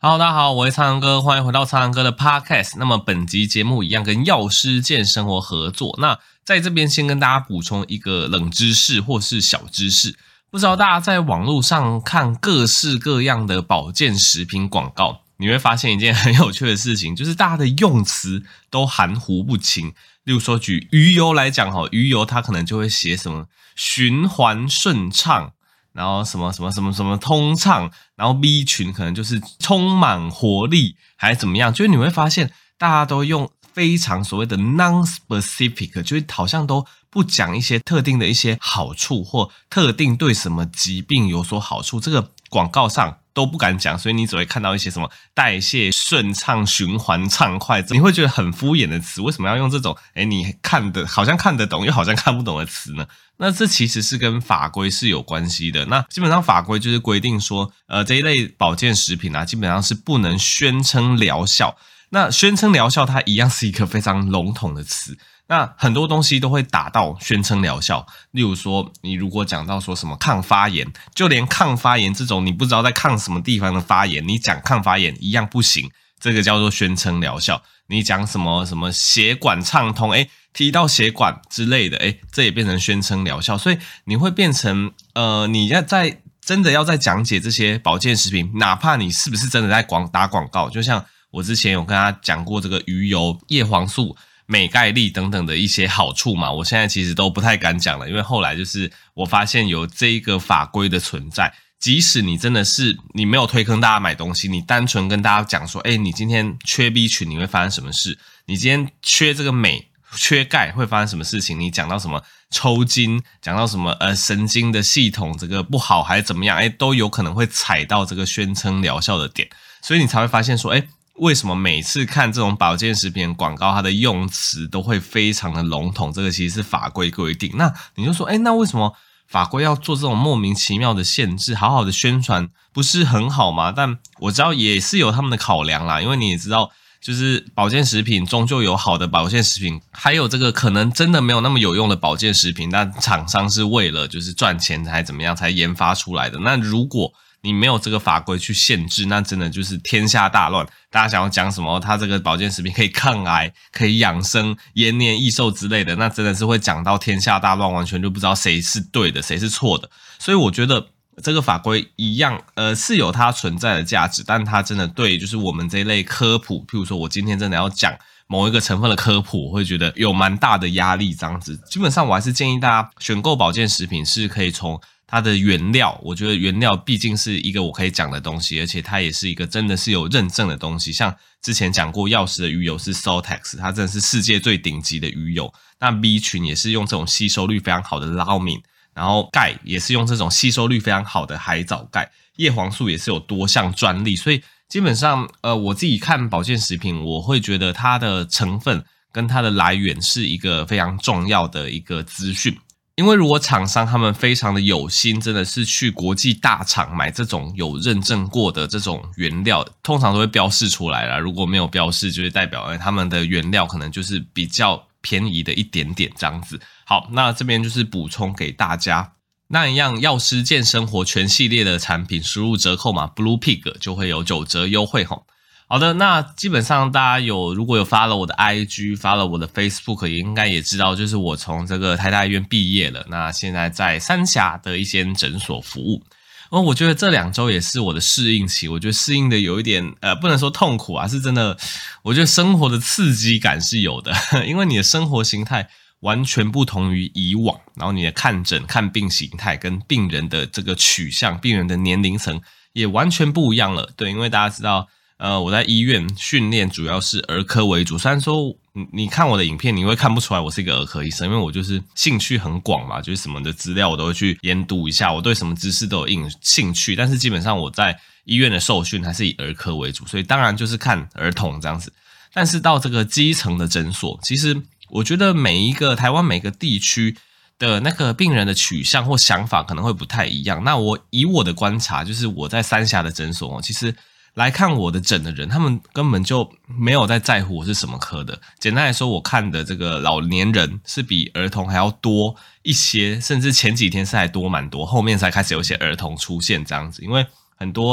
Hello， 大家好，我是苍狼哥，欢迎回到苍狼哥的 Podcast。那么本集节目一样跟药师健生活合作。那在这边先跟大家补充一个冷知识或是小知识，不知道大家在网络上看各式各样的保健食品广告，你会发现一件很有趣的事情，就是大家的用词都含糊不清。例如说举鱼油来讲，鱼油它可能就会写什么循环顺畅，然后什么通畅，然后 B 群可能就是充满活力还是怎么样，就是你会发现大家都用非常所谓的 non-specific， 就是好像都不讲一些特定的一些好处或特定对什么疾病有所好处，这个广告上都不敢讲，所以你只会看到一些什么代谢顺畅、循环畅快，你会觉得很敷衍的词。为什么要用这种你好像看得懂又好像看不懂的词呢？那这其实是跟法规是有关系的。那基本上法规就是规定说这一类保健食品基本上是不能宣称疗效。那宣称疗效它一样是一个非常笼统的词，那很多东西都会打到宣称疗效。例如说你如果讲到说什么抗发炎，就连抗发炎这种你不知道在抗什么地方的发炎，你讲抗发炎一样不行，这个叫做宣称疗效。你讲什么血管畅通提到血管之类的这也变成宣称疗效。所以你会变成你真的要在讲解这些保健食品，哪怕你是不是真的在打广告，就像我之前有跟他讲过这个鱼油、叶黄素、镁钙粒等等的一些好处嘛，我现在其实都不太敢讲了，因为后来就是我发现有这一个法规的存在，即使你真的是你没有推坑大家买东西，你单纯跟大家讲说你今天缺 B 群你会发生什么事，你今天缺这个镁缺钙会发生什么事情，你讲到什么抽筋，讲到什么神经的系统这个不好还是怎么样都有可能会踩到这个宣称疗效的点，所以你才会发现说为什么每次看这种保健食品广告它的用词都会非常的笼统，这个其实是法规规定。那你就说那为什么法规要做这种莫名其妙的限制，好好的宣传不是很好吗？但我知道也是有他们的考量啦，因为你也知道就是保健食品终究有好的保健食品，还有这个可能真的没有那么有用的保健食品，但厂商是为了就是赚钱才怎么样才研发出来的。那如果你没有这个法规去限制，那真的就是天下大乱。大家想要讲什么它这个保健食品可以抗癌、可以养生、延年益寿之类的，那真的是会讲到天下大乱，完全就不知道谁是对的谁是错的。所以我觉得这个法规一样是有它存在的价值，但它真的对就是我们这一类科普，譬如说我今天真的要讲某一个成分的科普，我会觉得有蛮大的压力这样子。基本上我还是建议大家选购保健食品是可以从它的原料，我觉得原料毕竟是一个我可以讲的东西，而且它也是一个真的是有认证的东西。像之前讲过药师的鱼油是 Saltex， 它真的是世界最顶级的鱼油。那 B 群也是用这种吸收率非常好的捞敏，然后钙也是用这种吸收率非常好的海藻钙，叶黄素也是有多项专利。所以基本上我自己看保健食品，我会觉得它的成分跟它的来源是一个非常重要的一个资讯。因为如果厂商他们非常的有心，真的是去国际大厂买这种有认证过的这种原料，通常都会标示出来啦，如果没有标示就是代表他们的原料可能就是比较便宜的一点点这样子。好，那这边就是补充给大家。那一样药师健生活全系列的产品输入折扣码 Blue Pig 就会有9折优惠吼。好的，那基本上大家如果有 follow 我的 IG follow 我的 Facebook 也应该也知道，就是我从这个台大医院毕业了，那现在在三峡的一间诊所服务。我觉得这2周也是我的适应期，我觉得适应的有一点不能说痛苦是真的，我觉得生活的刺激感是有的因为你的生活形态完全不同于以往，然后你的看诊看病形态跟病人的这个取向、病人的年龄层也完全不一样了。对，因为大家知道我在医院训练主要是儿科为主，虽然说你看我的影片你会看不出来我是一个儿科医生，因为我就是兴趣很广嘛，就是什么的资料我都会去研读一下，我对什么知识都有兴趣，但是基本上我在医院的受训还是以儿科为主，所以当然就是看儿童这样子。但是到这个基层的诊所，其实我觉得台湾每个地区的那个病人的取向或想法可能会不太一样。那以我的观察，就是我在三峡的诊所其实来看我的诊的人，他们根本就没有在乎我是什么科的。简单来说，我看的这个老年人是比儿童还要多一些，甚至前几天是还多蛮多，后面才开始有一些儿童出现这样子。因为很多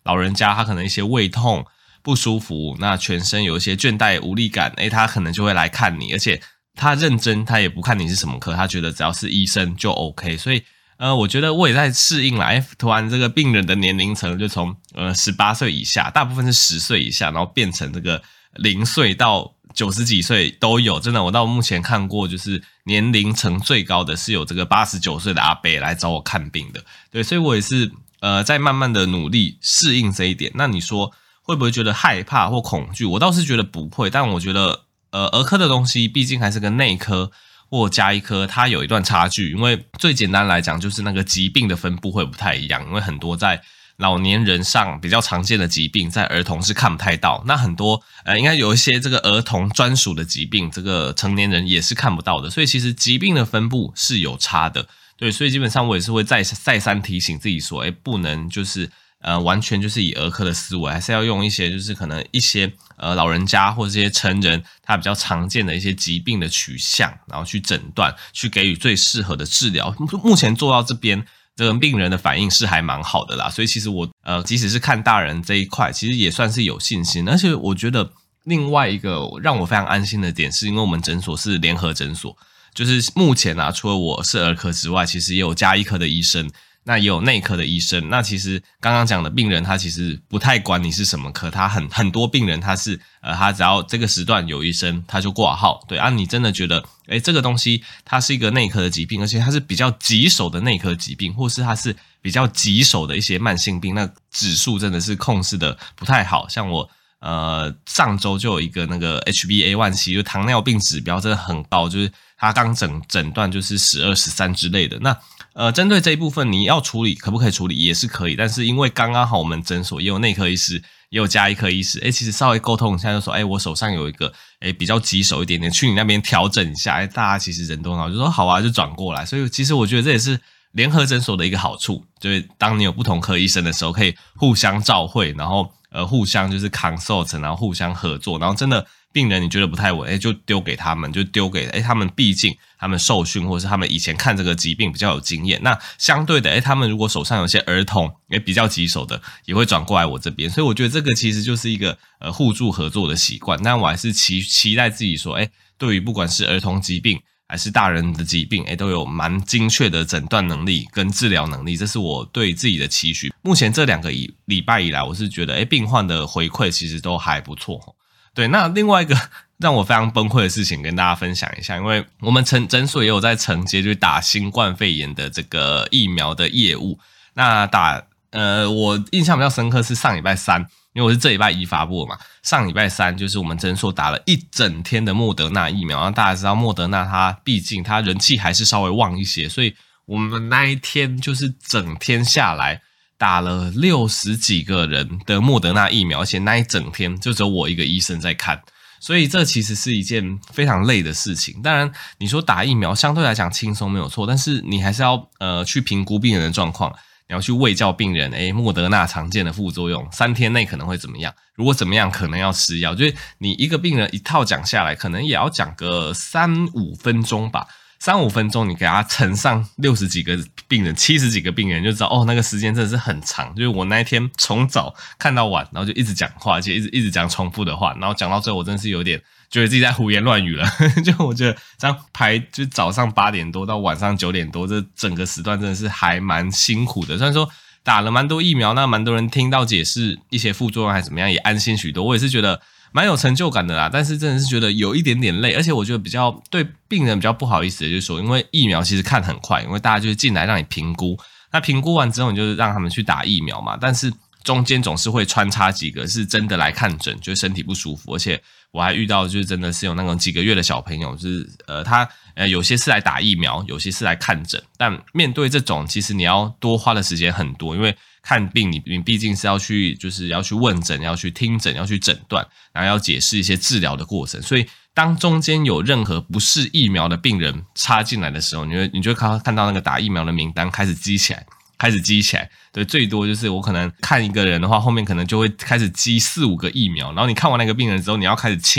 老人家他可能一些胃痛不舒服，那全身有一些倦怠无力感，他可能就会来看你，而且他认真，他也不看你是什么科，他觉得只要是医生就 OK。所以我觉得我也在适应啦，突然这个病人的年龄层就从18岁以下，大部分是10岁以下，然后变成这个0岁到90几岁都有。真的，我到目前看过就是年龄层最高的是有这个89岁的阿伯来找我看病的。对，所以我也是在慢慢的努力适应这一点。那你说会不会觉得害怕或恐惧？我倒是觉得不会，但我觉得儿科的东西毕竟还是跟内科或家医科它有一段差距，因为最简单来讲就是那个疾病的分布会不太一样，因为很多在老年人上比较常见的疾病在儿童是看不太到，那很多应该有一些这个儿童专属的疾病，这个成年人也是看不到的，所以其实疾病的分布是有差的。对，所以基本上我也是会再三提醒自己说不能就是完全就是以儿科的思维，还是要用一些就是可能一些老人家或者这些成人他比较常见的一些疾病的取向，然后去诊断，去给予最适合的治疗。目前做到这边，这个病人的反应是还蛮好的啦，所以其实我即使是看大人这一块，其实也算是有信心。而且我觉得另外一个让我非常安心的点，是因为我们诊所是联合诊所，就是目前除了我是儿科之外，其实也有家医科的医生，那也有内科的医生。那其实刚刚讲的病人他其实不太管你是什么科，他很多病人他是他只要这个时段有医生他就挂号。对啊，你真的觉得这个东西它是一个内科的疾病，而且它是比较棘手的内科疾病，或是它是比较棘手的一些慢性病，那指数真的是控制的不太好。像我上周就有一个那个 HbA1c 就糖尿病指标真的很高，就是他刚诊断就是12、13之类的。那针对这一部分你要处理可不可以处理也是可以，但是因为刚刚好我们诊所也有内科医师也有家医科医师，其实稍微沟通一下就说我手上有一个比较棘手一点点，去你那边调整一下。大家其实人都很好，就说好啊，就转过来。所以其实我觉得这也是联合诊所的一个好处，就是当你有不同科医生的时候可以互相照会，然后互相就是 consult， 然后互相合作，然后真的病人你觉得不太稳就丢给他们，就丢给他们，毕竟他们受训或是他们以前看这个疾病比较有经验。那相对的他们如果手上有些儿童比较棘手的，也会转过来我这边。所以我觉得这个其实就是一个互助合作的习惯。但我还是期待自己说对于不管是儿童疾病还是大人的疾病都有蛮精确的诊断能力跟治疗能力，这是我对自己的期许。目前这2个礼拜以来，我是觉得病患的回馈其实都还不错。对，那另外一个让我非常崩溃的事情跟大家分享一下，因为我们诊所也有在承接就是打新冠肺炎的这个疫苗的业务。那我印象比较深刻是上礼拜3，因为我是这礼拜1发布的嘛，上礼拜3就是我们诊所打了一整天的莫德纳疫苗。然后大家知道莫德纳它毕竟它人气还是稍微旺一些，所以我们那一天就是整天下来打了60几个人的莫德纳疫苗，而且那一整天就只有我一个医生在看，所以这其实是一件非常累的事情。当然你说打疫苗相对来讲轻松没有错，但是你还是要去评估病人的状况，你要去卫教病人莫德纳常见的副作用3天内可能会怎么样，如果怎么样可能要吃药，就是你一个病人一套讲下来可能也要讲个3-5分钟吧，3-5分钟你给他乘上60几个病人70几个病人，就知道那个时间真的是很长。就是我那一天从早看到晚，然后就一直讲话，而且一直讲重复的话，然后讲到最后我真的是有点觉得自己在胡言乱语了就我觉得这样排就早上8点多到晚上9点多，这整个时段真的是还蛮辛苦的。虽然说打了蛮多疫苗，那蛮多人听到解释一些副作用还是怎么样也安心许多，我也是觉得蛮有成就感的啦。但是真的是觉得有一点点累，而且我觉得比较对病人比较不好意思的就是说，因为疫苗其实看很快，因为大家就是进来让你评估，那评估完之后你就是让他们去打疫苗嘛，但是中间总是会穿插几个是真的来看诊，就是身体不舒服。而且我还遇到就是真的是有那种几个月的小朋友，就是他有些是来打疫苗，有些是来看诊，但面对这种其实你要多花的时间很多，因为看病你毕竟是要去就是要去问诊，要去听诊，要去诊断，然后要解释一些治疗的过程。所以当中间有任何不是疫苗的病人插进来的时候，你就会看到那个打疫苗的名单开始积起来。对，最多就是我可能看一个人的话，后面可能就会开始积4-5个疫苗，然后你看完那个病人之后，你要开始清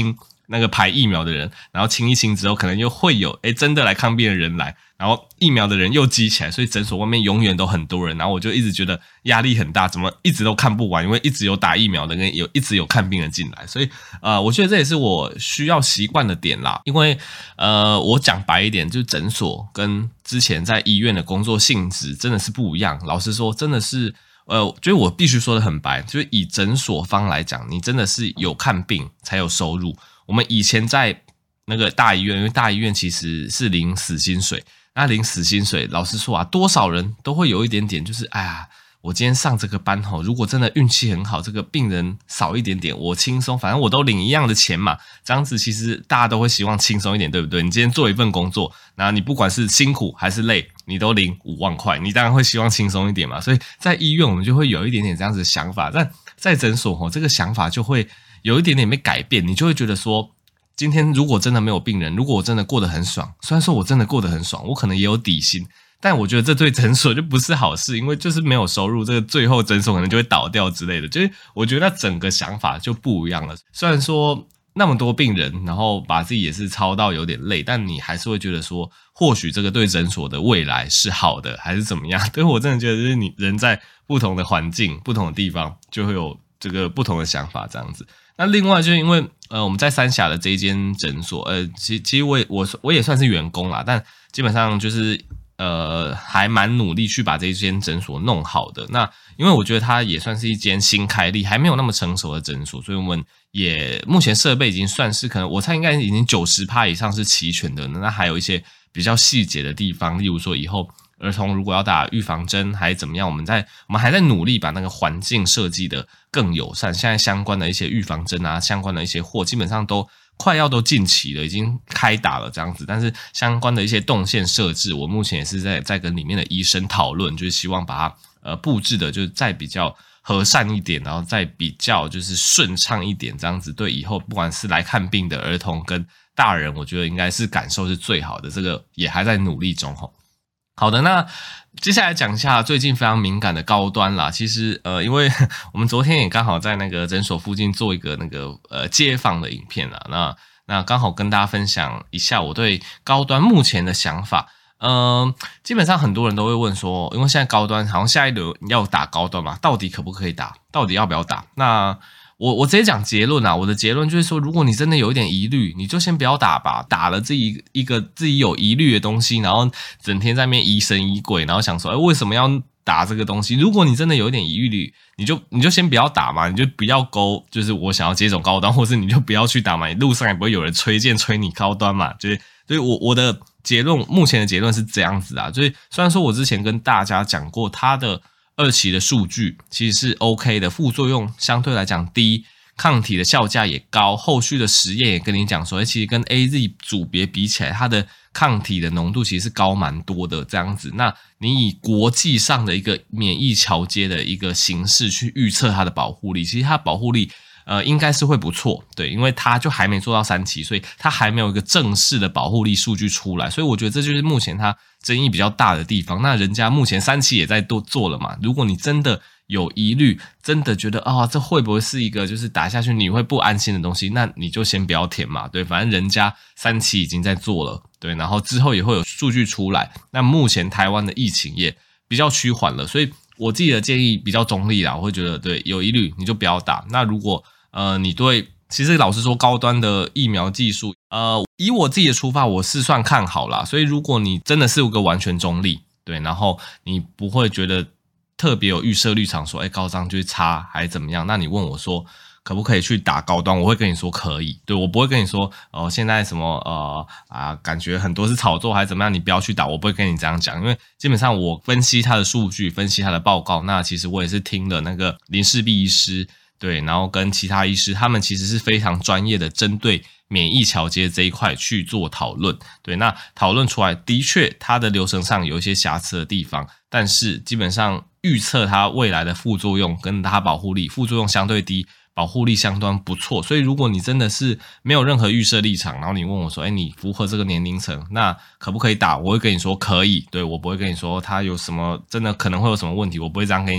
那个排疫苗的人，然后清一清之后，可能又会有真的来看病的人来，然后疫苗的人又积起来，所以诊所外面永远都很多人，然后我就一直觉得压力很大，怎么一直都看不完，因为一直有打疫苗的跟一直有看病的进来，所以我觉得这也是我需要习惯的点啦，因为我讲白一点，就是诊所跟之前在医院的工作性质真的是不一样，老实说真的是就是我必须说的很白，就是以诊所方来讲，你真的是有看病才有收入。我们以前在那个大医院，因为大医院其实是领死薪水，那领死薪水，老实说啊，多少人都会有一点点，就是哎呀，我今天上这个班吼，如果真的运气很好，这个病人少一点点，我轻松，反正我都领一样的钱嘛，这样子其实大家都会希望轻松一点，对不对？你今天做一份工作，然后你不管是辛苦还是累，你都领5万块，你当然会希望轻松一点嘛。所以在医院我们就会有一点点这样子的想法，但在诊所吼，这个想法就会有一点点被改变，你就会觉得说，今天如果真的没有病人，如果我真的过得很爽，虽然说我真的过得很爽，我可能也有底薪，但我觉得这对诊所就不是好事，因为就是没有收入，这个最后诊所可能就会倒掉之类的，就是我觉得整个想法就不一样了。虽然说那么多病人，然后把自己也是操到有点累，但你还是会觉得说，或许这个对诊所的未来是好的，还是怎么样？对，我真的觉得就是你人在不同的环境、不同的地方，就会有这个不同的想法这样子。那另外就是因为我们在三峡的这一间诊所，其实我也算是员工啦，但基本上就是还蛮努力去把这一间诊所弄好的。那因为我觉得它也算是一间新开立，还没有那么成熟的诊所，所以我们也目前设备已经算是可能我猜应该已经 90% 以上是齐全的。那还有一些比较细节的地方，例如说以后儿童如果要打预防针还怎么样，我们还在努力把那个环境设计的更友善。现在相关的一些预防针啊，相关的一些货基本上都快要都进齐了，已经开打了这样子。但是相关的一些动线设置，我目前也是在跟里面的医生讨论，就是希望把它布置的就是再比较和善一点，然后再比较就是顺畅一点，这样子对以后不管是来看病的儿童跟大人，我觉得应该是感受是最好的。这个也还在努力中齁。好的，那接下来讲一下最近非常敏感的高端啦。其实因为我们昨天也刚好在那个诊所附近做一个那个街访的影片啦，那刚好跟大家分享一下我对高端目前的想法。基本上很多人都会问说，因为现在高端好像下一轮要打高端嘛，到底可不可以打？到底要不要打？那我直接讲结论啊，我的结论就是说，如果你真的有一点疑虑，你就先不要打吧。打了一个自己有疑虑的东西，然后整天在那边疑神疑鬼，然后想说，为什么要打这个东西？如果你真的有一点疑虑，你就先不要打嘛，你就不要勾，就是我想要接种高端，或是你就不要去打嘛，你路上也不会有人催你高端嘛，就是所以我的结论，目前的结论是这样子啊，就是虽然说我之前跟大家讲过它的2期的数据其实是 OK 的，副作用相对来讲低，抗体的效价也高，后续的实验也跟你讲说，其实跟 AZ 组别比起来，它的抗体的浓度其实是高蛮多的这样子。那你以国际上的一个免疫桥接的一个形式去预测它的保护力，其实它保护力应该是会不错，对，因为它就还没做到3期，所以它还没有一个正式的保护力数据出来，所以我觉得这就是目前它争议比较大的地方。那人家目前3期也在做了嘛，如果你真的有疑虑，真的觉得这会不会是一个就是打下去你会不安心的东西，那你就先不要填嘛，对，反正人家3期已经在做了，对，然后之后也会有数据出来。那目前台湾的疫情也比较趋缓了，所以我自己的建议比较中立啦，我会觉得对，有疑虑你就不要打。那如果你对，其实老实说高端的疫苗技术以我自己的出发我是算看好啦，所以如果你真的是有个完全中立，对，然后你不会觉得特别有预设立场说高端就是差还是怎么样，那你问我说可不可以去打高端，我会跟你说可以，对，我不会跟你说现在什么感觉很多是炒作还是怎么样，你不要去打，我不会跟你这样讲，因为基本上我分析他的数据，分析他的报告，那其实我也是听了那个林氏璧医师，对，然后跟其他医师，他们其实是非常专业的针对免疫桥接这一块去做讨论，对，那讨论出来的确它的流程上有一些瑕疵的地方，但是基本上预测它未来的副作用跟它保护力，副作用相对低，保护力相当不错，所以如果你真的是没有任何预设立场，然后你问我说你符合这个年龄层，那可不可以打，我会跟你说可以，对，我不会跟你说它有什么真的可能会有什么问题，我不会这样跟你讲，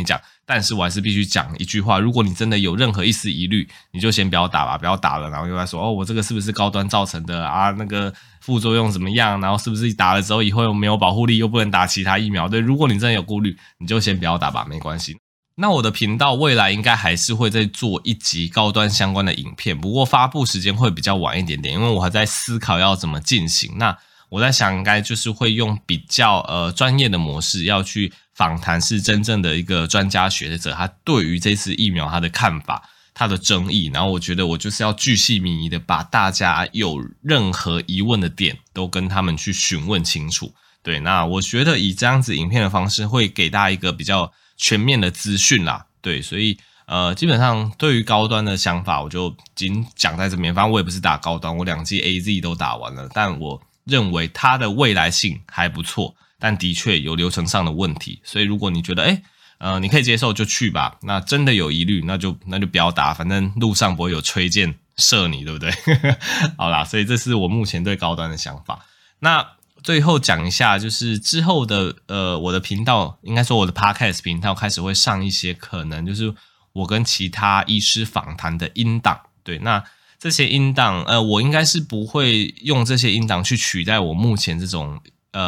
但是我还是必须讲一句话，如果你真的有任何一丝疑虑，你就先不要打吧，不要打了，然后又来说我这个是不是高端造成的啊？那个副作用怎么样？然后是不是打了之后以后又没有保护力，又不能打其他疫苗？对，如果你真的有顾虑，你就先不要打吧，没关系。那我的频道未来应该还是会再做一集高端相关的影片，不过发布时间会比较晚一点点，因为我还在思考要怎么进行。那我在想应该就是会用比较专业的模式，要去访谈是真正的一个专家学者，他对于这次疫苗他的看法、他的争议，然后我觉得我就是要巨细靡遗的把大家有任何疑问的点都跟他们去询问清楚。对，那我觉得以这样子影片的方式会给大家一个比较全面的资讯啦。对，所以基本上对于高端的想法我就仅讲在这边，反正我也不是打高端，我2剂 AZ 都打完了，但我认为它的未来性还不错，但的确有流程上的问题，所以如果你觉得你可以接受就去吧，那真的有疑虑那就不要打，反正路上不会有吹箭射你，对不对？好啦，所以这是我目前对高端的想法。那最后讲一下，就是之后的我的频道，应该说我的 Podcast 频道开始会上一些可能就是我跟其他医师访谈的音档。对，那这些音档我应该是不会用这些音档去取代我目前这种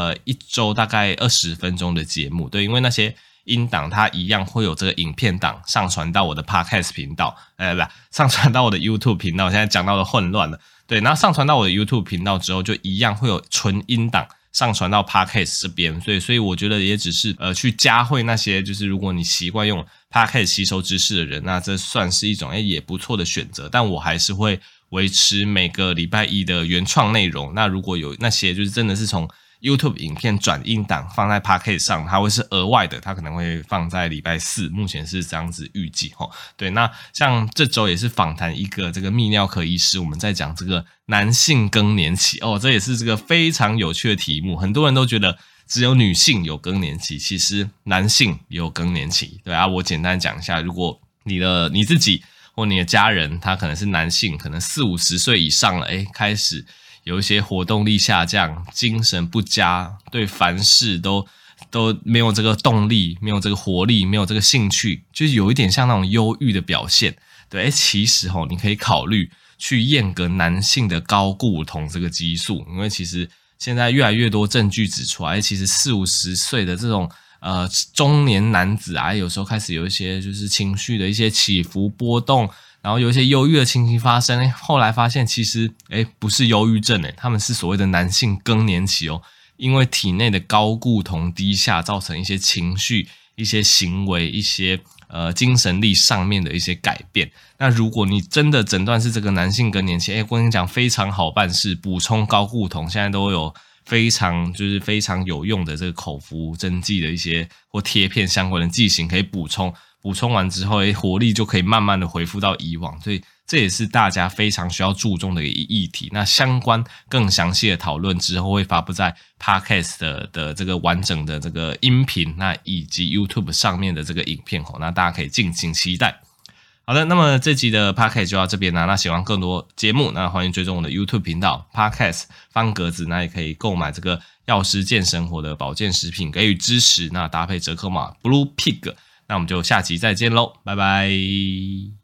1周大概20分钟的节目。对，因为那些音档它一样会有这个影片档上传到我的 Podcast 频道，上传到我的 YouTube 频道，现在讲到的混乱了。对，然后上传到我的 YouTube 频道之后，就一样会有纯音档上传到 Podcast 这边，所以我觉得也只是去加惠那些就是如果你习惯用 Podcast 吸收知识的人，那这算是一种也不错的选择。但我还是会维持每个礼拜一的原创内容。那如果有那些就是真的是从 YouTube 影片转音档放在 Podcast 上，它会是额外的，它可能会放在礼拜4，目前是这样子预计齁。对，那像这周也是访谈一个这个泌尿科医师，我们在讲这个男性更年期这也是这个非常有趣的题目。很多人都觉得只有女性有更年期，其实男性也有更年期。对啊，我简单讲一下，如果你自己或你的家人他可能是男性，可能40-50岁以上了，开始有一些活动力下降，精神不佳，对凡事都没有这个动力，没有这个活力，没有这个兴趣，就是有一点像那种忧郁的表现。对，其实你可以考虑去验个男性的睾固酮这个激素，因为其实现在越来越多证据指出来，其实40-50岁的这种中年男子啊，有时候开始有一些就是情绪的一些起伏波动，然后有一些忧郁的情形发生，后来发现其实不是忧郁症，他们是所谓的男性更年期因为体内的睾固酮低下，造成一些情绪、一些行为、一些精神力上面的一些改变。那如果你真的诊断是这个男性更年期，我跟你讲非常好办事，补充睾固酮现在都有非常有用的这个口服针剂的一些或贴片相关的剂型可以补充完之后活力就可以慢慢的恢复到以往，所以这也是大家非常需要注重的一个议题。那相关更详细的讨论之后会发布在 Podcast 的这个完整的这个音频，那以及 YouTube 上面的这个影片那大家可以敬请期待。好的，那么这集的 Podcast 就到这边啦。那喜欢更多节目，那欢迎追踪我的 YouTube 频道 Podcast 方格子，那也可以购买这个药师健生活的保健食品给予支持，那搭配折扣码 Blue Pig。那我们就下集再见咯，拜拜。